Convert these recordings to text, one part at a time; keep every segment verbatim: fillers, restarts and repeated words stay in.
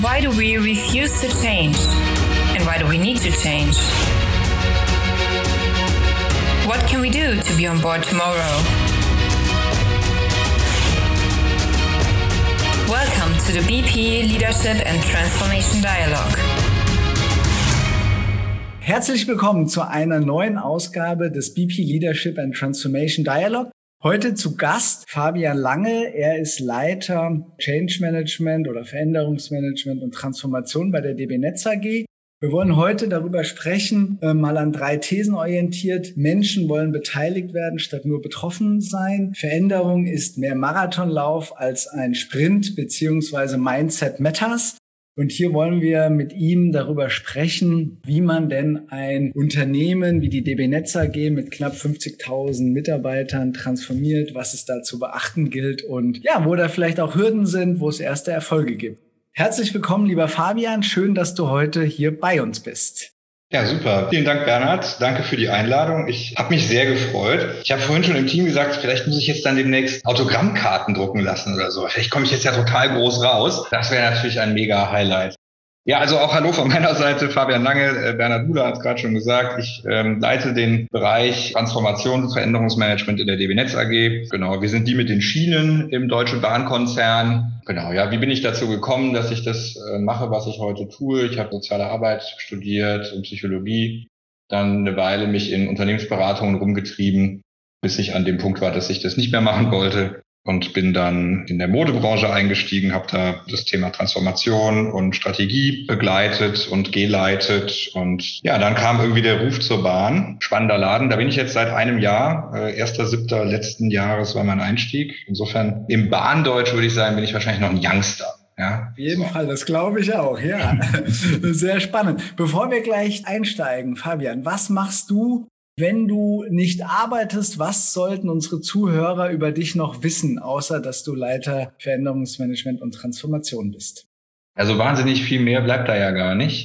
Why do we refuse to change? And why do we need to change? What can we do to be on board tomorrow? Welcome to the B P Leadership and Transformation Dialogue. Herzlich willkommen zu einer neuen Ausgabe des B P Leadership and Transformation Dialogue. Heute zu Gast Fabian Lange. Er ist Leiter Change Management oder Veränderungsmanagement und Transformation bei der D B Netz A G. Wir wollen heute darüber sprechen, äh, mal an drei Thesen orientiert. Menschen wollen beteiligt werden, statt nur betroffen sein. Veränderung ist mehr Marathonlauf als ein Sprint, beziehungsweise Mindset Matters. Und hier wollen wir mit ihm darüber sprechen, wie man denn ein Unternehmen wie die D B Netz A G mit knapp fünfzigtausend Mitarbeitern transformiert, was es da zu beachten gilt und ja, wo da vielleicht auch Hürden sind, wo es erste Erfolge gibt. Herzlich willkommen, lieber Fabian. Schön, dass du heute hier bei uns bist. Ja, super. Vielen Dank, Bernhard. Danke für die Einladung. Ich habe mich sehr gefreut. Ich habe vorhin schon im Team gesagt, vielleicht muss ich jetzt dann demnächst Autogrammkarten drucken lassen oder so. Vielleicht komme ich jetzt ja total groß raus. Das wäre natürlich ein mega Highlight. Ja, also auch hallo von meiner Seite, Fabian Lange. Bernhard Buhler hat es gerade schon gesagt. Ich ähm, leite den Bereich Transformation und Veränderungsmanagement in der D B Netz A G. Genau, wir sind die mit den Schienen im Deutschen Bahnkonzern. Genau, ja, wie bin ich dazu gekommen, dass ich das äh, mache, was ich heute tue? Ich habe soziale Arbeit studiert und Psychologie, dann eine Weile mich in Unternehmensberatungen rumgetrieben, bis ich an dem Punkt war, dass ich das nicht mehr machen wollte. Und bin dann in der Modebranche eingestiegen, habe da das Thema Transformation und Strategie begleitet und geleitet. Und ja, dann kam irgendwie der Ruf zur Bahn. Spannender Laden, da bin ich jetzt seit einem Jahr. Äh, erster siebter letzten Jahres war mein Einstieg. Insofern im Bahndeutsch würde ich sagen, bin ich wahrscheinlich noch ein Youngster. Ja, auf jeden so. Fall, das glaube ich auch, ja. Sehr spannend. Bevor wir gleich einsteigen, Fabian, was machst du, wenn du nicht arbeitest? Was sollten unsere Zuhörer über dich noch wissen, außer dass du Leiter Veränderungsmanagement und Transformation bist? Also wahnsinnig viel mehr bleibt da ja gar nicht.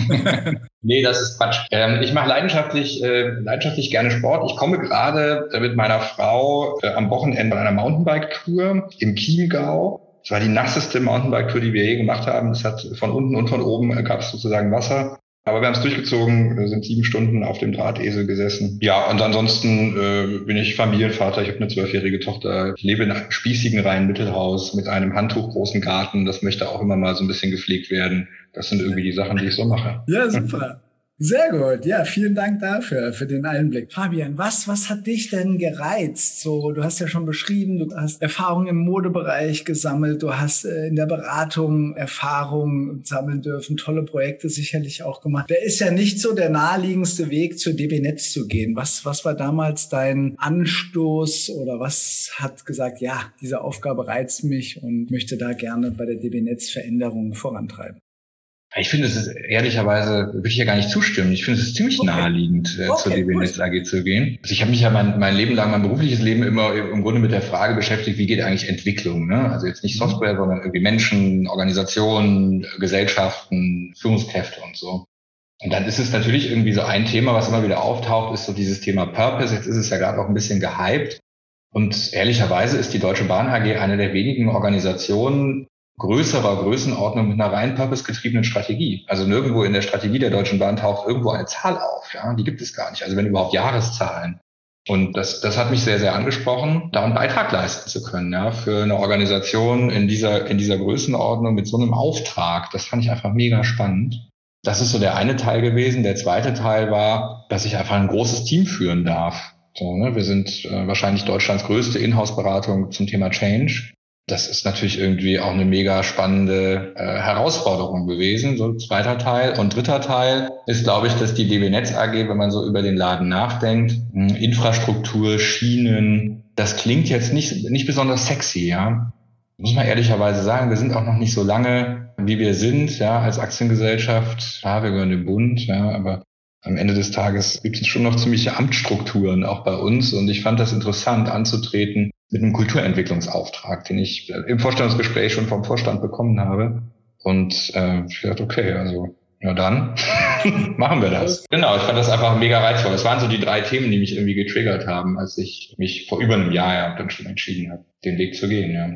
Nee, das ist Quatsch. Ähm, ich mache leidenschaftlich, äh, leidenschaftlich gerne Sport. Ich komme gerade mit meiner Frau äh, am Wochenende an einer Mountainbike-Tour im Chiemgau. Es war die nasseste Mountainbike-Tour, die wir je gemacht haben. Es hat von unten und von oben äh, gab es sozusagen Wasser. Aber wir haben es durchgezogen, sind sieben Stunden auf dem Drahtesel gesessen. Ja, und ansonsten äh, bin ich Familienvater. Ich habe eine zwölfjährige Tochter. Ich lebe in einem spießigen Rhein-Mittelhaus mit einem handtuchgroßen Garten. Das möchte auch immer mal so ein bisschen gepflegt werden. Das sind irgendwie die Sachen, die ich so mache. Ja, super. Sehr gut. Ja, vielen Dank dafür, für den Einblick. Fabian, was, was hat dich denn gereizt? So, du hast ja schon beschrieben, du hast Erfahrung im Modebereich gesammelt, du hast äh, in der Beratung Erfahrung sammeln dürfen, tolle Projekte sicherlich auch gemacht. Der ist ja nicht so der naheliegendste Weg, zur D B Netz zu gehen. Was, was war damals dein Anstoß oder was hat gesagt, ja, diese Aufgabe reizt mich und möchte da gerne bei der D B Netz Veränderungen vorantreiben? Ich finde, es ist ehrlicherweise, würde ich ja gar nicht zustimmen. Ich finde, es ist ziemlich okay. naheliegend, äh, okay, zur D B Netz A G zu gehen. Also ich habe mich ja mein, mein Leben lang, mein berufliches Leben immer im Grunde mit der Frage beschäftigt, wie geht eigentlich Entwicklung? Ne? Also jetzt nicht Software, sondern irgendwie Menschen, Organisationen, Gesellschaften, Führungskräfte und so. Und dann ist es natürlich irgendwie so ein Thema, was immer wieder auftaucht, ist so dieses Thema Purpose. Jetzt ist es ja gerade auch ein bisschen gehypt. Und ehrlicherweise ist die Deutsche Bahn A G eine der wenigen Organisationen, größerer Größenordnung mit einer rein purpose-getriebenen Strategie. Also nirgendwo in der Strategie der Deutschen Bahn taucht irgendwo eine Zahl auf. Ja, die gibt es gar nicht. Also wenn überhaupt Jahreszahlen. Und das, das hat mich sehr, sehr angesprochen, da einen Beitrag leisten zu können, ja, für eine Organisation in dieser, in dieser Größenordnung mit so einem Auftrag. Das fand ich einfach mega spannend. Das ist so der eine Teil gewesen. Der zweite Teil war, dass ich einfach ein großes Team führen darf. So, ne? Wir sind äh, wahrscheinlich Deutschlands größte Inhouse-Beratung zum Thema Change. Das ist natürlich irgendwie auch eine mega spannende äh, Herausforderung gewesen, so zweiter Teil. Und dritter Teil ist, glaube ich, dass die D B Netz A G, wenn man so über den Laden nachdenkt, mh, Infrastruktur, Schienen, das klingt jetzt nicht nicht besonders sexy, ja. Muss man ehrlicherweise sagen, wir sind auch noch nicht so lange, wie wir sind, ja, als Aktiengesellschaft. Ja, wir gehören dem Bund, ja, aber am Ende des Tages gibt es schon noch ziemliche Amtsstrukturen, auch bei uns. Und ich fand das interessant anzutreten mit einem Kulturentwicklungsauftrag, den ich im Vorstellungsgespräch schon vom Vorstand bekommen habe. Und äh, ich dachte, okay, also ja dann machen wir das. Genau, ich fand das einfach mega reizvoll. Das waren so die drei Themen, die mich irgendwie getriggert haben, als ich mich vor über einem Jahr ja dann schon entschieden habe, den Weg zu gehen. Ja.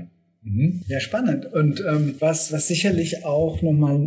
Ja, spannend. Und ähm, was was sicherlich auch nochmal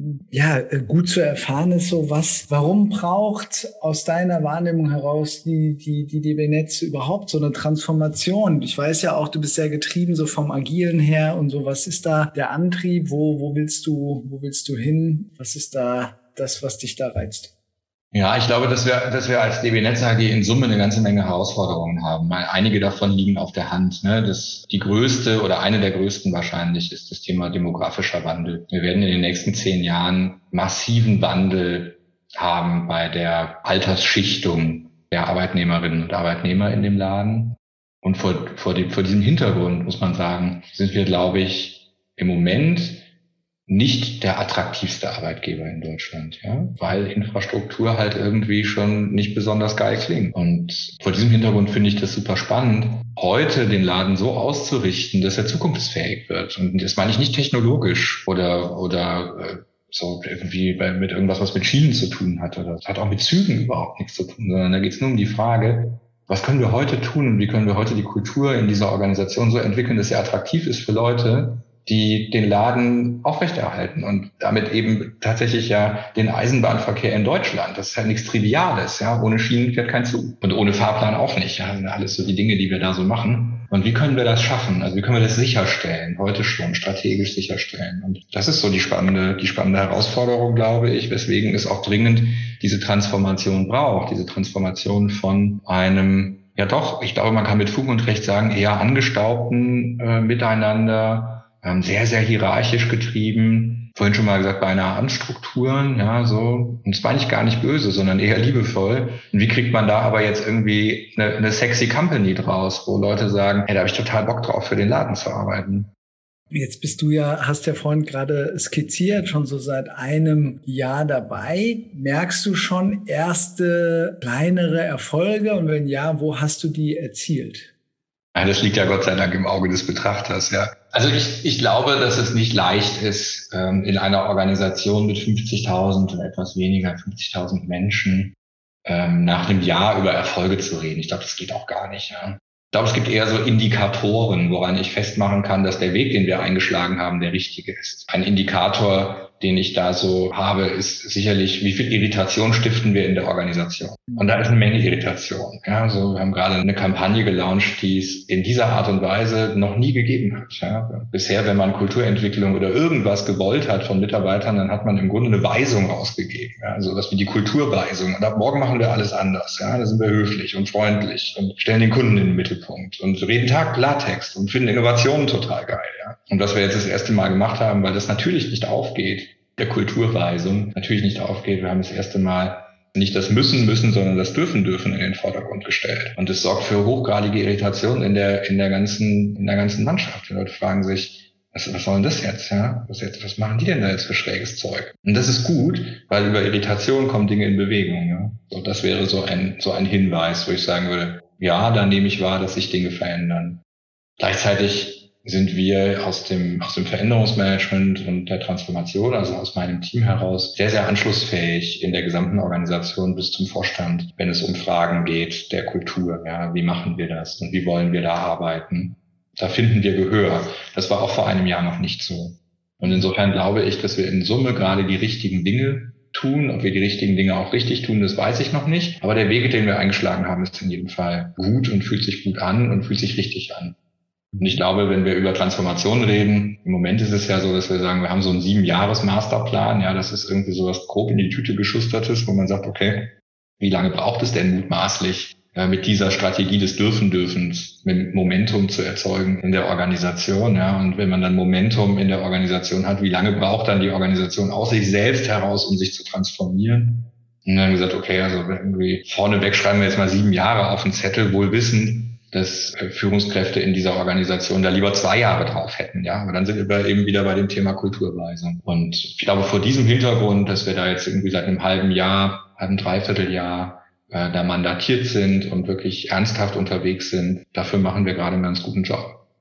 ja gut zu erfahren ist, so was, warum braucht aus deiner Wahrnehmung heraus die die die D B Netz überhaupt so eine Transformation? Ich weiß ja auch, du bist sehr getrieben so vom Agilen her und so. Was ist da der Antrieb? Wo wo willst du wo willst du hin? Was ist da das, was dich da reizt? Ja, ich glaube, dass wir, dass wir als D B Netz A G in Summe eine ganze Menge Herausforderungen haben. Einige davon liegen auf der Hand. Ne? Das, die größte oder eine der größten wahrscheinlich ist das Thema demografischer Wandel. Wir werden in den nächsten zehn Jahren massiven Wandel haben bei der Altersschichtung der Arbeitnehmerinnen und Arbeitnehmer in dem Laden. Und vor, vor, dem, vor diesem Hintergrund muss man sagen, sind wir, glaube ich, im Moment nicht der attraktivste Arbeitgeber in Deutschland, ja, weil Infrastruktur halt irgendwie schon nicht besonders geil klingt. Und vor diesem Hintergrund finde ich das super spannend, heute den Laden so auszurichten, dass er zukunftsfähig wird. Und das meine ich nicht technologisch oder oder äh, so irgendwie bei, mit irgendwas, was mit Schienen zu tun hat. Oder das hat auch mit Zügen überhaupt nichts zu tun, sondern da geht es nur um die Frage, was können wir heute tun und wie können wir heute die Kultur in dieser Organisation so entwickeln, dass sie attraktiv ist für Leute, die den Laden aufrechterhalten und damit eben tatsächlich ja den Eisenbahnverkehr in Deutschland. Das ist halt nichts Triviales, ja. Ohne Schienen fährt kein Zug und ohne Fahrplan auch nicht. Ja, das sind alles so die Dinge, die wir da so machen. Und wie können wir das schaffen? Also wie können wir das sicherstellen? Heute schon strategisch sicherstellen. Und das ist so die spannende, die spannende Herausforderung, glaube ich, weswegen es auch dringend diese Transformation braucht. Diese Transformation von einem, ja doch, ich glaube, man kann mit Fug und Recht sagen, eher angestaubten äh, Miteinander, sehr, sehr hierarchisch getrieben. Vorhin schon mal gesagt, beinahe Amtsstrukturen, ja, so. Und es war nicht gar nicht böse, sondern eher liebevoll. Und wie kriegt man da aber jetzt irgendwie eine, eine sexy Company draus, wo Leute sagen, hey, da habe ich total Bock drauf, für den Laden zu arbeiten. Jetzt bist du ja, hast der Freund gerade skizziert, schon so seit einem Jahr dabei. Merkst du schon erste kleinere Erfolge? Und wenn ja, wo hast du die erzielt? Ja, das liegt ja Gott sei Dank im Auge des Betrachters, ja. Also ich, ich glaube, dass es nicht leicht ist, ähm, in einer Organisation mit fünfzigtausend oder etwas weniger, fünfzigtausend Menschen, ähm, nach einem Jahr über Erfolge zu reden. Ich glaube, das geht auch gar nicht, ja. Ich glaube, es gibt eher so Indikatoren, woran ich festmachen kann, dass der Weg, den wir eingeschlagen haben, der richtige ist. Ein Indikator, den ich da so habe, ist sicherlich, wie viel Irritation stiften wir in der Organisation. Und da ist eine Menge Irritation. Ja, also wir haben gerade eine Kampagne gelauncht, die es in dieser Art und Weise noch nie gegeben hat. Ja, bisher, wenn man Kulturentwicklung oder irgendwas gewollt hat von Mitarbeitern, dann hat man im Grunde eine Weisung ausgegeben. Ja, also was wie die Kulturweisung. Und ab morgen machen wir alles anders. Ja, da sind wir höflich und freundlich und stellen den Kunden in den Mittelpunkt und reden Tag Klartext und finden Innovationen total geil. Ja. Und was wir jetzt das erste Mal gemacht haben, weil das natürlich nicht aufgeht, der Kulturweisung natürlich nicht aufgeht. Wir haben das erste Mal nicht das Müssen müssen, sondern das Dürfen dürfen in den Vordergrund gestellt. Und das sorgt für hochgradige Irritation in der in der ganzen in der ganzen Mannschaft. Die Leute fragen sich, was, was soll denn das jetzt? Ja, was jetzt? Was machen die denn da jetzt für schräges Zeug? Und das ist gut, weil über Irritation kommen Dinge in Bewegung. Ja? So, das wäre so ein so ein Hinweis, wo ich sagen würde, ja, da nehme ich wahr, dass sich Dinge verändern. Gleichzeitig sind wir aus dem, aus dem Veränderungsmanagement und der Transformation, also aus meinem Team heraus, sehr, sehr anschlussfähig in der gesamten Organisation bis zum Vorstand, wenn es um Fragen geht der Kultur. Ja, wie machen wir das und wie wollen wir da arbeiten? Da finden wir Gehör. Das war auch vor einem Jahr noch nicht so. Und insofern glaube ich, dass wir in Summe gerade die richtigen Dinge tun. Ob wir die richtigen Dinge auch richtig tun, das weiß ich noch nicht. Aber der Weg, den wir eingeschlagen haben, ist in jedem Fall gut und fühlt sich gut an und fühlt sich richtig an. Und ich glaube, wenn wir über Transformation reden, im Moment ist es ja so, dass wir sagen, wir haben so einen sieben-Jahres-Masterplan. Ja, das ist irgendwie sowas grob in die Tüte geschustertes, wo man sagt, okay, wie lange braucht es denn mutmaßlich, ja, mit dieser Strategie des Dürfen-Dürfens, mit Momentum zu erzeugen in der Organisation? Ja, und wenn man dann Momentum in der Organisation hat, wie lange braucht dann die Organisation aus sich selbst heraus, um sich zu transformieren? Und dann haben wir gesagt, okay, also irgendwie vorneweg schreiben wir jetzt mal sieben Jahre auf den Zettel, wohl wissend, dass Führungskräfte in dieser Organisation da lieber zwei Jahre drauf hätten, ja. Aber dann sind wir eben wieder bei dem Thema Kulturweisung. Und ich glaube, vor diesem Hintergrund, dass wir da jetzt irgendwie seit einem halben Jahr, einem Dreivierteljahr äh, da mandatiert sind und wirklich ernsthaft unterwegs sind, dafür machen wir gerade einen ganz guten Job.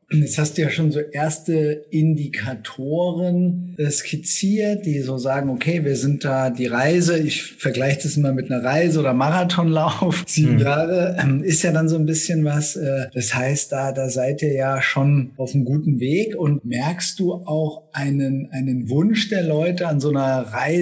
Jetzt hast du ja schon so erste Indikatoren äh, skizziert, die so sagen, okay, wir sind da die Reise, ich vergleiche das immer mit einer Reise oder Marathonlauf, sieben mhm. Jahre, ähm, ist ja dann so ein bisschen was. Äh, das heißt, da da seid ihr ja schon auf einem guten Weg. Und merkst du auch einen einen Wunsch der Leute, an so einer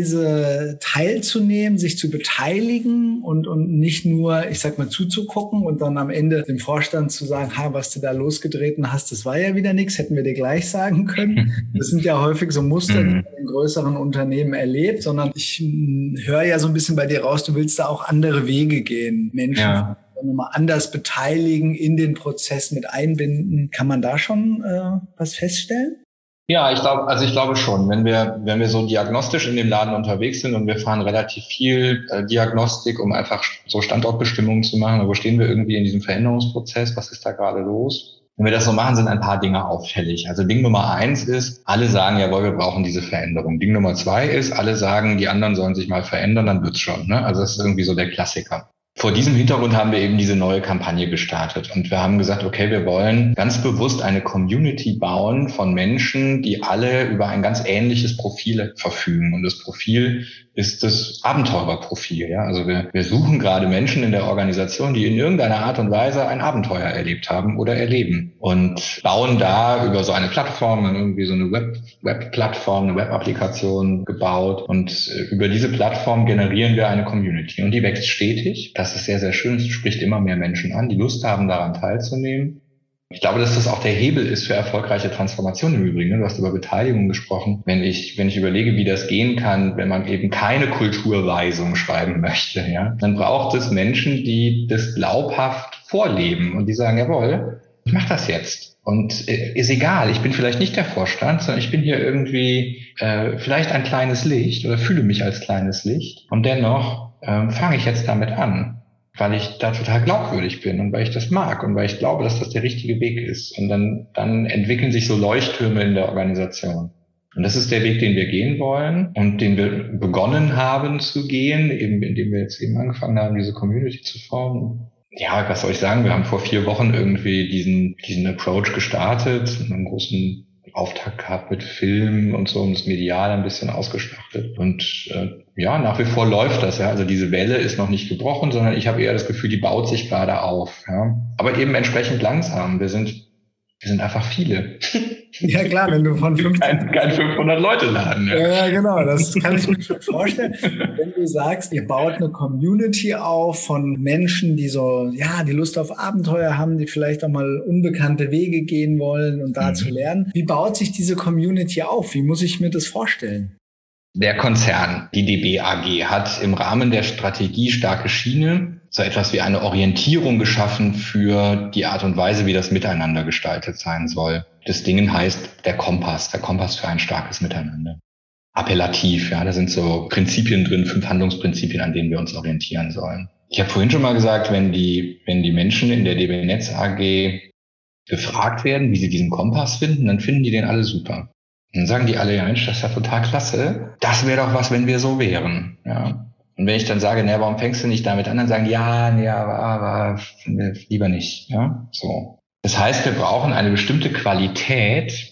Reise teilzunehmen, sich zu beteiligen und und nicht nur, ich sag mal, zuzugucken und dann am Ende dem Vorstand zu sagen, ha, was du da losgetreten hast, das war ja wieder nichts, hätten wir dir gleich sagen können. Das sind ja häufig so Muster, die man in größeren Unternehmen erlebt, sondern ich höre ja so ein bisschen bei dir raus, du willst da auch andere Wege gehen, Menschen ja. nochmal anders beteiligen, in den Prozess mit einbinden. Kann man da schon äh, was feststellen? Ja, ich glaube, also ich glaube schon, wenn wir, wenn wir so diagnostisch in dem Laden unterwegs sind und wir fahren relativ viel äh, Diagnostik, um einfach so Standortbestimmungen zu machen, wo stehen wir irgendwie in diesem Veränderungsprozess, was ist da gerade los? Wenn wir das so machen, sind ein paar Dinge auffällig. Also Ding Nummer eins ist, alle sagen, jawohl, wir brauchen diese Veränderung. Ding Nummer zwei ist, alle sagen, die anderen sollen sich mal verändern, dann wird's schon. Ne? Also das ist irgendwie so der Klassiker. Vor diesem Hintergrund haben wir eben diese neue Kampagne gestartet und wir haben gesagt, okay, wir wollen ganz bewusst eine Community bauen von Menschen, die alle über ein ganz ähnliches Profil verfügen. Und das Profil ist das Abenteurerprofil. Ja? Also wir, wir suchen gerade Menschen in der Organisation, die in irgendeiner Art und Weise ein Abenteuer erlebt haben oder erleben und bauen da über so eine Plattform, irgendwie so eine Web, Web-Plattform, eine Web-Applikation gebaut und über diese Plattform generieren wir eine Community und die wächst stetig. Das ist sehr, sehr schön. Es spricht immer mehr Menschen an, die Lust haben, daran teilzunehmen. Ich glaube, dass das auch der Hebel ist für erfolgreiche Transformation im Übrigen. Du hast über Beteiligung gesprochen. Wenn ich, wenn ich überlege, wie das gehen kann, wenn man eben keine Kulturweisung schreiben möchte, ja, dann braucht es Menschen, die das glaubhaft vorleben und die sagen, jawohl, ich mache das jetzt. Und äh, ist egal, ich bin vielleicht nicht der Vorstand, sondern ich bin hier irgendwie äh, vielleicht ein kleines Licht oder fühle mich als kleines Licht. Und dennoch äh, fange ich jetzt damit an, weil ich da total glaubwürdig bin und weil ich das mag und weil ich glaube, dass das der richtige Weg ist. Und dann, dann entwickeln sich so Leuchttürme in der Organisation. Und das ist der Weg, den wir gehen wollen und den wir begonnen haben zu gehen, eben indem wir jetzt eben angefangen haben, diese Community zu formen. Ja, was soll ich sagen? Wir haben vor vier Wochen irgendwie diesen, diesen Approach gestartet, einen großen Auftakt gehabt mit Film und so und das Medial ein bisschen ausgeschlachtet. Und äh, ja, nach wie vor läuft das. Ja. Also diese Welle ist noch nicht gebrochen, sondern ich habe eher das Gefühl, die baut sich gerade auf. Ja. Aber eben entsprechend langsam. Wir sind, wir sind einfach viele. Ja klar, wenn du von fünfzig kein, kein fünfhundert Leute laden. Ja. ja, genau, das kann ich mir schon vorstellen. Wenn du sagst, ihr baut eine Community auf von Menschen, die so, ja, die Lust auf Abenteuer haben, die vielleicht auch mal unbekannte Wege gehen wollen und da mhm. zu lernen. Wie baut sich diese Community auf? Wie muss ich mir das vorstellen? Der Konzern, die D B A G, hat im Rahmen der Strategie Starke Schiene so etwas wie eine Orientierung geschaffen für die Art und Weise, wie das Miteinander gestaltet sein soll. Das Ding heißt der Kompass, der Kompass für ein starkes Miteinander. Appellativ, ja, da sind so Prinzipien drin, fünf Handlungsprinzipien, an denen wir uns orientieren sollen. Ich habe vorhin schon mal gesagt, wenn die, wenn die Menschen in der D B Netz A G gefragt werden, wie sie diesen Kompass finden, dann finden die den alle super. Dann sagen die alle, ja Mensch, das ist ja total klasse. Das wäre doch was, wenn wir so wären. Ja. Und wenn ich dann sage, naja, warum fängst du nicht damit an? Dann sagen, ja, nee, aber, aber lieber nicht. Ja, so. Das heißt, wir brauchen eine bestimmte Qualität,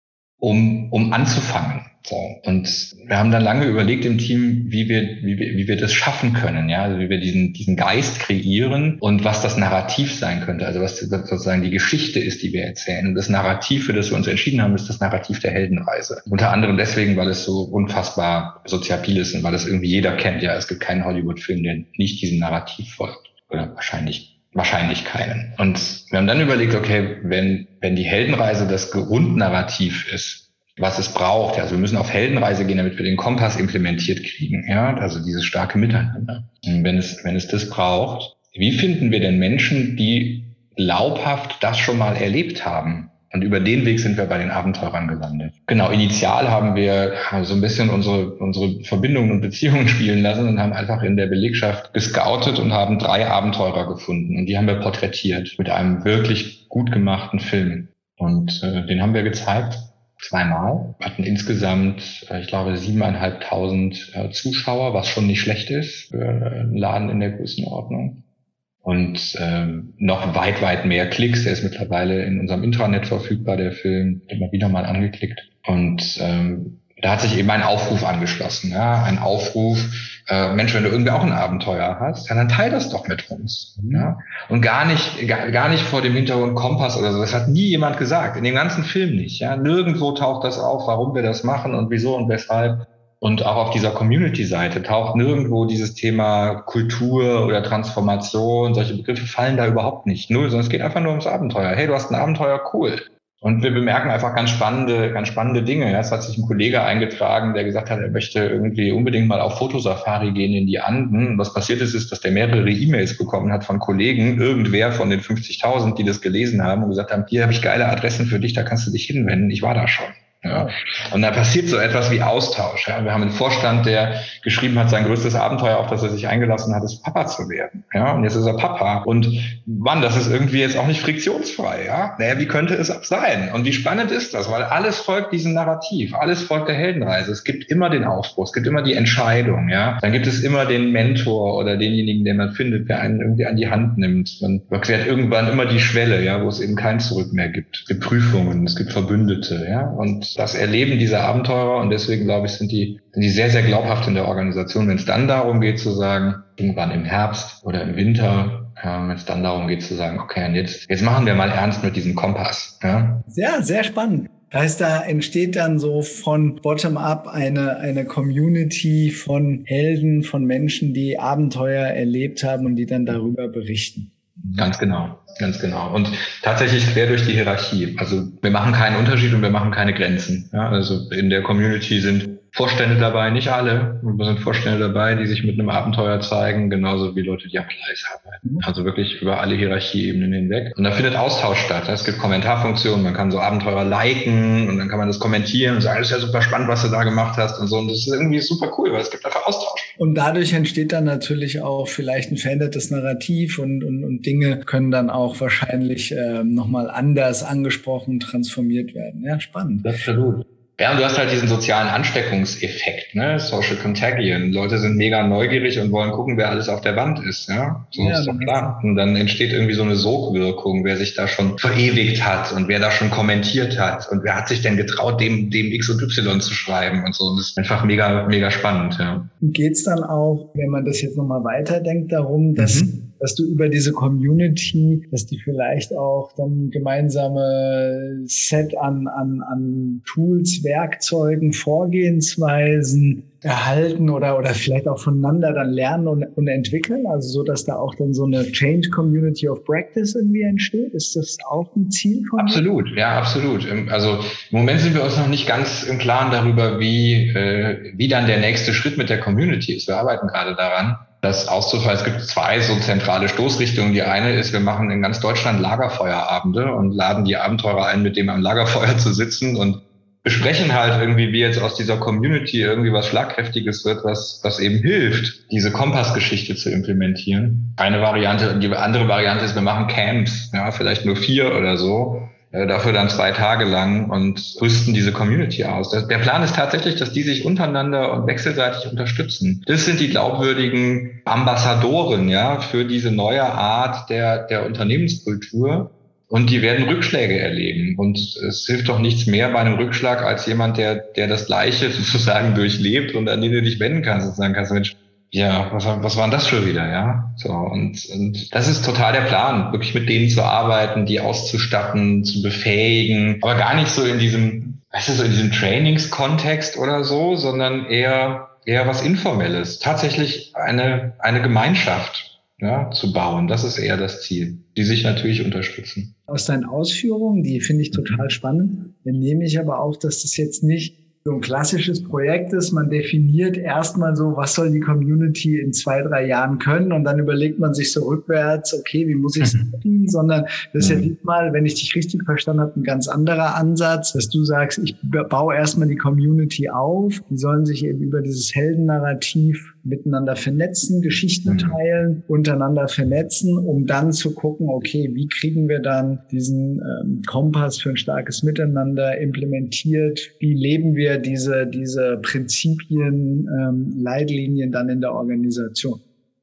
um, um anzufangen. So. Und wir haben dann lange überlegt im Team, wie wir, wie wir, wie wir das schaffen können, ja, also wie wir diesen, diesen Geist kreieren und was das Narrativ sein könnte, also was sozusagen die Geschichte ist, die wir erzählen. Und das Narrativ, für das wir uns entschieden haben, ist das Narrativ der Heldenreise. Unter anderem deswegen, weil es so unfassbar soziapil ist und weil es irgendwie jeder kennt, ja, es gibt keinen Hollywood-Film, der nicht diesem Narrativ folgt. Oder wahrscheinlich Wahrscheinlich keinen. Und wir haben dann überlegt, okay, wenn, wenn die Heldenreise das Grundnarrativ ist, was es braucht. Also wir müssen auf Heldenreise gehen, damit wir den Kompass implementiert kriegen. Ja, also dieses starke Miteinander. Und wenn es, wenn es das braucht, wie finden wir denn Menschen, die glaubhaft das schon mal erlebt haben? Und über den Weg sind wir bei den Abenteurern gelandet. Genau, initial haben wir so ein bisschen unsere, unsere Verbindungen und Beziehungen spielen lassen und haben einfach in der Belegschaft gescoutet und haben drei Abenteurer gefunden. Und die haben wir porträtiert mit einem wirklich gut gemachten Film. Und äh, den haben wir gezeigt. Zweimal. Wir hatten insgesamt, ich glaube, siebeneinhalbtausend äh, Zuschauer, was schon nicht schlecht ist für einen Laden in der Größenordnung. und ähm, noch weit, weit mehr Klicks. Der ist mittlerweile in unserem Intranet verfügbar, der Film, immer wieder mal angeklickt. Und ähm, da hat sich eben ein Aufruf angeschlossen, ja, ein Aufruf, äh, Mensch, wenn du irgendwie auch ein Abenteuer hast, ja, dann teil das doch mit uns, mhm. ja. Und gar nicht, gar, gar nicht vor dem Hintergrund Kompass oder so. Das hat nie jemand gesagt, in dem ganzen Film nicht, ja. Nirgendwo taucht das auf, warum wir das machen und wieso und weshalb. Und auch auf dieser Community-Seite taucht nirgendwo dieses Thema Kultur oder Transformation, solche Begriffe fallen da überhaupt nicht. Null, sondern es geht einfach nur ums Abenteuer. Hey, du hast ein Abenteuer, cool. Und wir bemerken einfach ganz spannende, ganz spannende Dinge. Ja, es hat sich ein Kollege eingetragen, der gesagt hat, er möchte irgendwie unbedingt mal auf Fotosafari gehen in die Anden. Und was passiert ist, ist, dass der mehrere E-Mails bekommen hat von Kollegen, irgendwer von den fünfzigtausend, die das gelesen haben und gesagt haben, hier habe ich geile Adressen für dich, da kannst du dich hinwenden. Ich war da schon. Ja. Und da passiert so etwas wie Austausch. Ja. Wir haben einen Vorstand, der geschrieben hat, sein größtes Abenteuer, auf das er sich eingelassen hat, ist Papa zu werden. Ja. Und jetzt ist er Papa. Und Mann, das ist irgendwie jetzt auch nicht friktionsfrei. Ja. Naja, wie könnte es auch sein? Und wie spannend ist das? Weil alles folgt diesem Narrativ. Alles folgt der Heldenreise. Es gibt immer den Aufbruch. Es gibt immer die Entscheidung. Ja. Dann gibt es immer den Mentor oder denjenigen, den man findet, der einen irgendwie an die Hand nimmt. Man überquert irgendwann immer die Schwelle, ja, wo es eben kein Zurück mehr gibt. Es gibt Prüfungen, es gibt Verbündete. Ja. Und das Erleben dieser Abenteurer, und deswegen, glaube ich, sind die, sind die sehr, sehr glaubhaft in der Organisation, wenn es dann darum geht zu sagen, irgendwann im Herbst oder im Winter, ja, wenn es dann darum geht zu sagen, okay, und jetzt, jetzt machen wir mal ernst mit diesem Kompass. Ja, ja, sehr spannend. Das heißt, da entsteht dann so von bottom-up eine, eine Community von Helden, von Menschen, die Abenteuer erlebt haben und die dann darüber berichten. Ganz genau, ganz genau. Und tatsächlich quer durch die Hierarchie. Also wir machen keinen Unterschied und wir machen keine Grenzen. Ja, also in der Community sind Vorstände dabei, nicht alle. Wir sind Vorstände dabei, die sich mit einem Abenteuer zeigen, genauso wie Leute, die am Gleis arbeiten. Also wirklich über alle Hierarchieebenen hinweg. Und da findet Austausch statt. Es gibt Kommentarfunktionen, man kann so Abenteurer liken und dann kann man das kommentieren und sagen, das ist ja super spannend, was du da gemacht hast und so. Und das ist irgendwie super cool, weil es gibt einfach Austausch. Und dadurch entsteht dann natürlich auch vielleicht ein verändertes Narrativ und, und, und Dinge können dann auch wahrscheinlich äh, nochmal anders angesprochen, transformiert werden. Ja, spannend. Absolut. Ja, und du hast halt diesen sozialen Ansteckungseffekt, ne? Social Contagion. Leute sind mega neugierig und wollen gucken, wer alles auf der Wand ist, ja? So ja, ist doch klar. Und dann entsteht irgendwie so eine Sogwirkung, wer sich da schon verewigt hat und wer da schon kommentiert hat und wer hat sich denn getraut, dem, dem X und Y zu schreiben und so. Und das ist einfach mega, mega spannend, ja. Geht's dann auch, wenn man das jetzt nochmal weiterdenkt, darum, dass mhm. dass du über diese Community, dass die vielleicht auch dann gemeinsame Set an, an, an Tools, Werkzeugen, Vorgehensweisen erhalten oder, oder vielleicht auch voneinander dann lernen und, und entwickeln? Also so, dass da auch dann so eine Change Community of Practice irgendwie entsteht? Ist das auch ein Ziel von dir? Absolut, ja, absolut. Also im Moment sind wir uns noch nicht ganz im Klaren darüber, wie, äh, wie dann der nächste Schritt mit der Community ist. Wir arbeiten gerade daran, das auszuführen. Es gibt zwei so zentrale Stoßrichtungen. Die eine ist, wir machen in ganz Deutschland Lagerfeuerabende und laden die Abenteurer ein, mit dem am Lagerfeuer zu sitzen und besprechen halt irgendwie, wie jetzt aus dieser Community irgendwie was Schlagkräftiges wird, was, was eben hilft, diese Kompassgeschichte zu implementieren. Eine Variante, die andere Variante ist, wir machen Camps, ja, vielleicht nur vier oder so, äh, dafür dann zwei Tage lang und rüsten diese Community aus. Das, der Plan ist tatsächlich, dass die sich untereinander und wechselseitig unterstützen. Das sind die glaubwürdigen Ambassadoren, ja, für diese neue Art der, der Unternehmenskultur. Und die werden Rückschläge erleben. Und es hilft doch nichts mehr bei einem Rückschlag als jemand, der, der das Gleiche sozusagen durchlebt und an den du dich wenden kannst und sagen kannst, Mensch, ja, was, was war denn das schon wieder, ja? So, und, und das ist total der Plan, wirklich mit denen zu arbeiten, die auszustatten, zu befähigen, aber gar nicht so in diesem, weißt du, so in diesem Trainingskontext oder so, sondern eher, eher was Informelles. Tatsächlich eine, eine Gemeinschaft. Ja, zu bauen. Das ist eher das Ziel, die sich natürlich unterstützen. Aus deinen Ausführungen, die finde ich total spannend, dann nehme ich aber auch, dass das jetzt nicht so ein klassisches Projekt ist. Man definiert erstmal so, was soll die Community in zwei, drei Jahren können und dann überlegt man sich so rückwärts, okay, wie muss ich es tun, sondern das ist ja diesmal, wenn ich dich richtig verstanden habe, ein ganz anderer Ansatz, dass du sagst, ich baue erstmal die Community auf, die sollen sich eben über dieses Heldennarrativ miteinander vernetzen, Geschichten teilen, untereinander vernetzen, um dann zu gucken, okay, wie kriegen wir dann diesen ähm, Kompass für ein starkes Miteinander implementiert, wie leben wir diese diese Prinzipien, ähm, Leitlinien dann in der Organisation.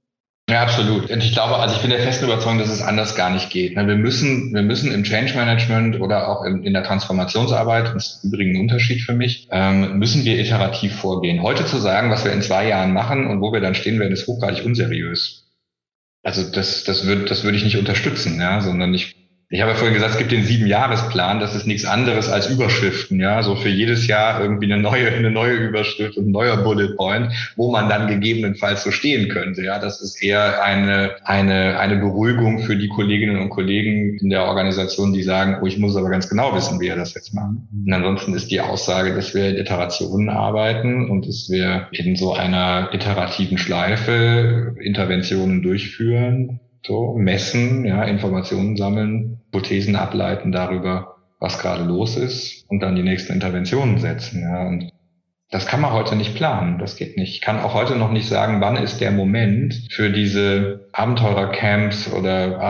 Ja, absolut. Und ich glaube, also ich bin der festen Überzeugung, dass es anders gar nicht geht. Wir müssen, wir müssen im Change Management oder auch in der Transformationsarbeit, das ist übrigens ein Unterschied für mich, müssen wir iterativ vorgehen. Heute zu sagen, was wir in zwei Jahren machen und wo wir dann stehen werden, ist hochgradig unseriös. Also das, das würde, das würde ich nicht unterstützen, ja, sondern ich Ich habe ja vorhin gesagt, es gibt den Sieben-Jahres-Plan, das ist nichts anderes als Überschriften, ja, so für jedes Jahr irgendwie eine neue, eine neue Überschrift und ein neuer Bullet Point, wo man dann gegebenenfalls so stehen könnte, ja. Das ist eher eine, eine, eine Beruhigung für die Kolleginnen und Kollegen in der Organisation, die sagen, oh, ich muss aber ganz genau wissen, wie er das jetzt macht. Und ansonsten ist die Aussage, dass wir in Iterationen arbeiten und dass wir in so einer iterativen Schleife Interventionen durchführen, so messen, ja, Informationen sammeln, Hypothesen ableiten darüber, was gerade los ist und dann die nächsten Interventionen setzen, ja. Und das kann man heute nicht planen, das geht nicht. Ich kann auch heute noch nicht sagen, wann ist der Moment für diese Abenteurercamps oder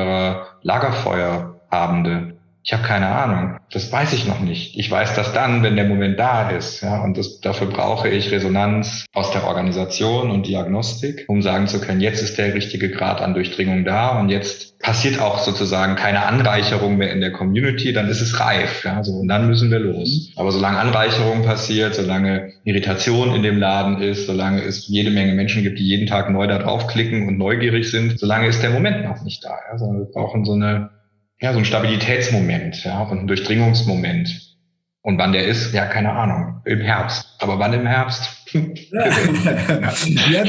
Abenteurer-Lagerfeuerabende. Ich habe keine Ahnung. Das weiß ich noch nicht. Ich weiß das dann, wenn der Moment da ist. Ja, und das, dafür brauche ich Resonanz aus der Organisation und Diagnostik, um sagen zu können, jetzt ist der richtige Grad an Durchdringung da und jetzt passiert auch sozusagen keine Anreicherung mehr in der Community, dann ist es reif. Ja, so, und dann müssen wir los. Aber solange Anreicherung passiert, solange Irritation in dem Laden ist, solange es jede Menge Menschen gibt, die jeden Tag neu da draufklicken und neugierig sind, solange ist der Moment noch nicht da. Ja, sondern wir brauchen so eine Ja, so ein Stabilitätsmoment, ja, und ein Durchdringungsmoment. Und wann der ist, ja, keine Ahnung, im Herbst. Aber wann im Herbst? Ja. Ja,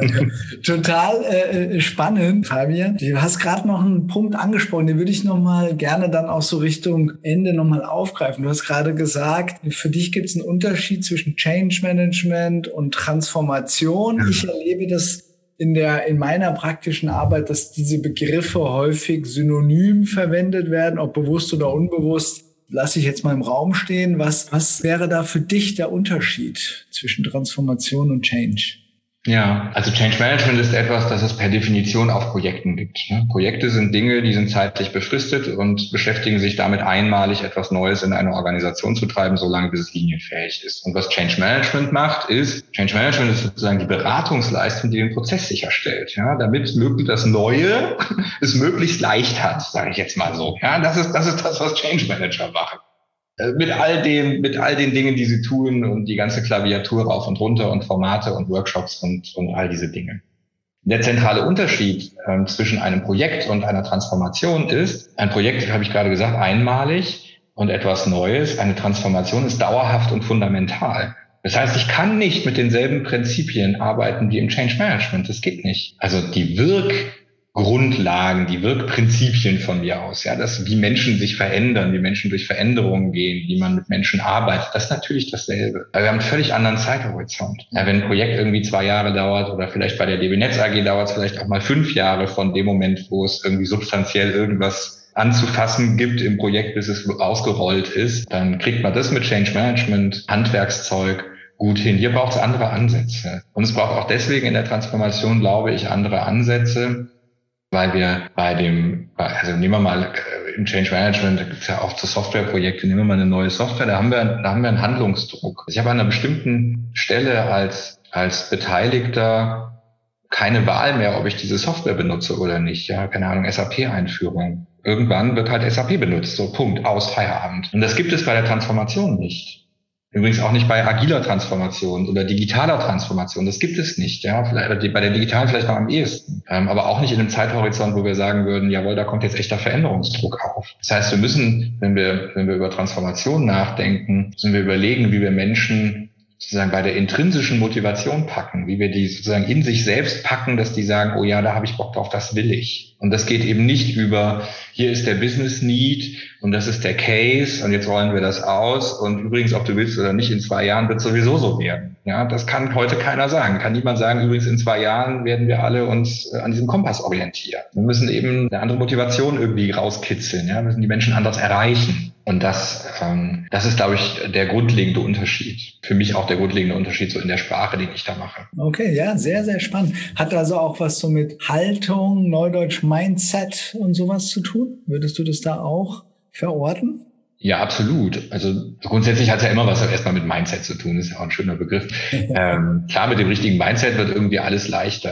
total äh, spannend, Fabian. Du hast gerade noch einen Punkt angesprochen, den würde ich noch mal gerne dann auch so Richtung Ende noch mal aufgreifen. Du hast gerade gesagt, für dich gibt es einen Unterschied zwischen Change Management und Transformation. Ich erlebe das in der, in meiner praktischen Arbeit, dass diese Begriffe häufig synonym verwendet werden, ob bewusst oder unbewusst. Lasse ich jetzt mal im Raum stehen. Was, was wäre da für dich der Unterschied zwischen Transformation und Change? Ja, also Change Management ist etwas, das es per Definition auf Projekten gibt. Projekte sind Dinge, die sind zeitlich befristet und beschäftigen sich damit einmalig, etwas Neues in eine Organisation zu treiben, solange bis es linienfähig ist. Und was Change Management macht, ist, Change Management ist sozusagen die Beratungsleistung, die den Prozess sicherstellt, ja, damit möglichst das Neue es möglichst leicht hat, sage ich jetzt mal so. Ja, das ist, das ist das, was Change Manager machen. Mit all den, mit all den Dingen, die sie tun und die ganze Klaviatur rauf und runter und Formate und Workshops und, und all diese Dinge. Der zentrale Unterschied äh, zwischen einem Projekt und einer Transformation ist, ein Projekt, habe ich gerade gesagt, einmalig und etwas Neues. Eine Transformation ist dauerhaft und fundamental. Das heißt, ich kann nicht mit denselben Prinzipien arbeiten wie im Change Management. Das geht nicht. Also die Wirk Grundlagen, die Wirkprinzipien von mir aus, ja, das, wie Menschen sich verändern, wie Menschen durch Veränderungen gehen, wie man mit Menschen arbeitet, das ist natürlich dasselbe. Aber wir haben einen völlig anderen Zeithorizont. Ja, wenn ein Projekt irgendwie zwei Jahre dauert oder vielleicht bei der D B Netz A G dauert es vielleicht auch mal fünf Jahre von dem Moment, wo es irgendwie substanziell irgendwas anzufassen gibt im Projekt, bis es ausgerollt ist, dann kriegt man das mit Change Management, Handwerkszeug gut hin. Hier braucht es andere Ansätze. Und es braucht auch deswegen in der Transformation, glaube ich, andere Ansätze, weil wir bei dem, also nehmen wir mal im Change Management, da gibt es ja auch so Softwareprojekte, nehmen wir mal eine neue Software, da haben wir, da haben wir einen Handlungsdruck. Ich habe an einer bestimmten Stelle als, als Beteiligter keine Wahl mehr, ob ich diese Software benutze oder nicht. Ja, keine Ahnung, S A P-Einführung. Irgendwann wird halt S A P benutzt, so Punkt, aus, Feierabend. Und das gibt es bei der Transformation nicht. Übrigens auch nicht bei agiler Transformation oder digitaler Transformation. Das gibt es nicht. Ja, vielleicht bei der digitalen vielleicht noch am ehesten, ähm, aber auch nicht in einem Zeithorizont, wo wir sagen würden: Jawohl, da kommt jetzt echter Veränderungsdruck auf. Das heißt, wir müssen, wenn wir wenn wir über Transformation nachdenken, müssen wir überlegen, wie wir Menschen sozusagen bei der intrinsischen Motivation packen, wie wir die sozusagen in sich selbst packen, dass die sagen: Oh ja, da habe ich Bock drauf, das will ich. Und das geht eben nicht über, hier ist der Business Need und das ist der Case und jetzt rollen wir das aus und übrigens, ob du willst oder nicht, in zwei Jahren wird es sowieso so werden. Ja, das kann heute keiner sagen. Kann niemand sagen, übrigens in zwei Jahren werden wir alle uns an diesem Kompass orientieren. Wir müssen eben eine andere Motivation irgendwie rauskitzeln, ja, wir müssen die Menschen anders erreichen. Und das, ähm, das ist, glaube ich, der grundlegende Unterschied. Für mich auch der grundlegende Unterschied so in der Sprache, den ich da mache. Okay, ja, sehr, sehr spannend. Hat also auch was so mit Haltung, Neudeutsch Mindset und sowas zu tun? Würdest du das da auch verorten? Ja, absolut. Also grundsätzlich hat es ja immer was erstmal mit Mindset zu tun. Das ist ja auch ein schöner Begriff. ähm, klar, mit dem richtigen Mindset wird irgendwie alles leichter.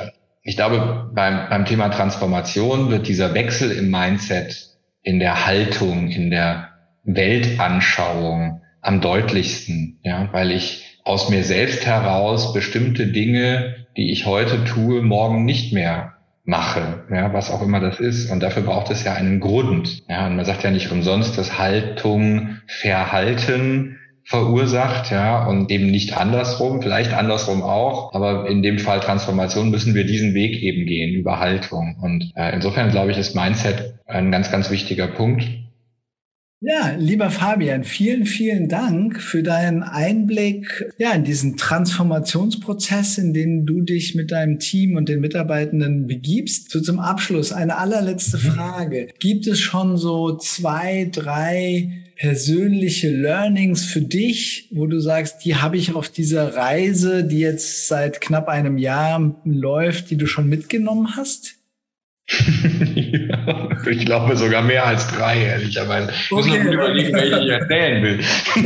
Ich glaube, beim, beim Thema Transformation wird dieser Wechsel im Mindset, in der Haltung, in der Weltanschauung am deutlichsten, ja, weil ich aus mir selbst heraus bestimmte Dinge, die ich heute tue, morgen nicht mehr mache, ja, was auch immer das ist. Und dafür braucht es ja einen Grund. Ja, und man sagt ja nicht umsonst, dass Haltung Verhalten verursacht, ja, und eben nicht andersrum, vielleicht andersrum auch, aber in dem Fall Transformation müssen wir diesen Weg eben gehen, über Haltung. Und äh, insofern glaube ich, ist Mindset ein ganz, ganz wichtiger Punkt. Ja, lieber Fabian, vielen, vielen Dank für deinen Einblick, ja, in diesen Transformationsprozess, in den du dich mit deinem Team und den Mitarbeitenden begibst. So zum Abschluss eine allerletzte Frage. Gibt es schon so zwei, drei persönliche Learnings für dich, wo du sagst, die habe ich auf dieser Reise, die jetzt seit knapp einem Jahr läuft, die du schon mitgenommen hast? Ja, ich glaube sogar mehr als drei, ehrlicherweise. Ich muss noch überlegen, welche ich erzählen will.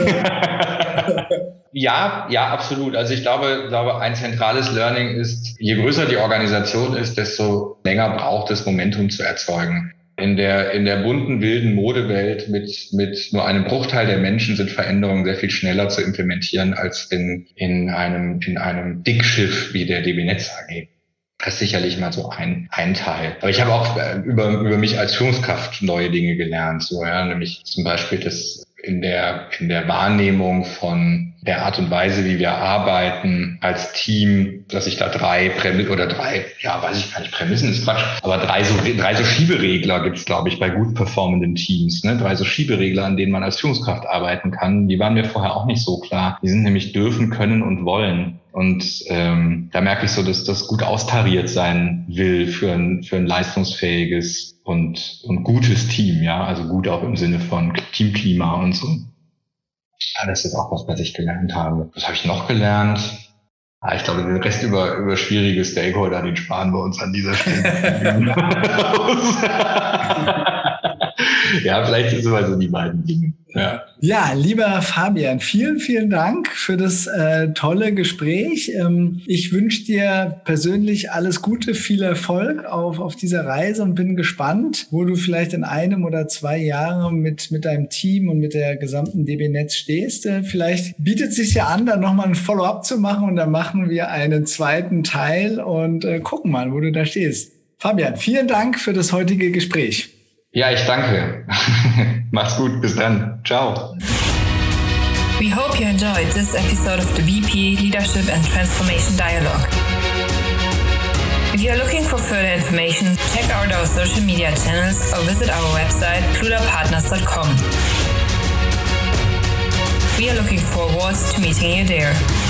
Ja, ja, absolut. Also ich glaube, glaube, ein zentrales Learning ist, je größer die Organisation ist, desto länger braucht es, Momentum zu erzeugen. In der, in der bunten, wilden Modewelt mit, mit nur einem Bruchteil der Menschen sind Veränderungen sehr viel schneller zu implementieren als in, in einem, in einem Dickschiff wie der D B Netz A G. Das ist sicherlich mal so ein, ein Teil. Aber ich habe auch über, über mich als Führungskraft neue Dinge gelernt, so, ja, nämlich zum Beispiel das in der, in der Wahrnehmung von der Art und Weise, wie wir arbeiten als Team, dass ich da drei Prämissen oder drei, ja, weiß ich gar nicht, Prämissen ist Quatsch, aber drei so, drei so Schieberegler gibt's, glaube ich, bei gut performenden Teams, ne, drei so Schieberegler, an denen man als Führungskraft arbeiten kann. Die waren mir vorher auch nicht so klar. Die sind nämlich dürfen, können und wollen. Und ähm, da merke ich so, dass das gut austariert sein will für ein, für ein leistungsfähiges und, und gutes Team, ja, also gut auch im Sinne von Teamklima und so. Ja, das ist auch was, was ich gelernt habe. Was habe ich noch gelernt? Ah, ich glaube, den Rest über, über schwierige Stakeholder, den sparen wir uns an dieser Stelle. Ja, vielleicht sind es mal so die beiden Dinge. Ja. Ja, lieber Fabian, vielen, vielen Dank für das äh, tolle Gespräch. Ähm, ich wünsche dir persönlich alles Gute, viel Erfolg auf, auf dieser Reise und bin gespannt, wo du vielleicht in einem oder zwei Jahren mit, mit deinem Team und mit der gesamten D B Netz stehst. Äh, vielleicht bietet es sich ja an, da nochmal ein Follow-up zu machen und dann machen wir einen zweiten Teil und äh, gucken mal, wo du da stehst. Fabian, vielen Dank für das heutige Gespräch. Ja, ich danke. Mach's gut, bis dann. Ciao. We hope you enjoyed this episode of the B P Leadership and Transformation Dialogue. If you are looking for further information, check out our social media channels or visit our website pluda partners dot com. We are looking forward to meeting you there.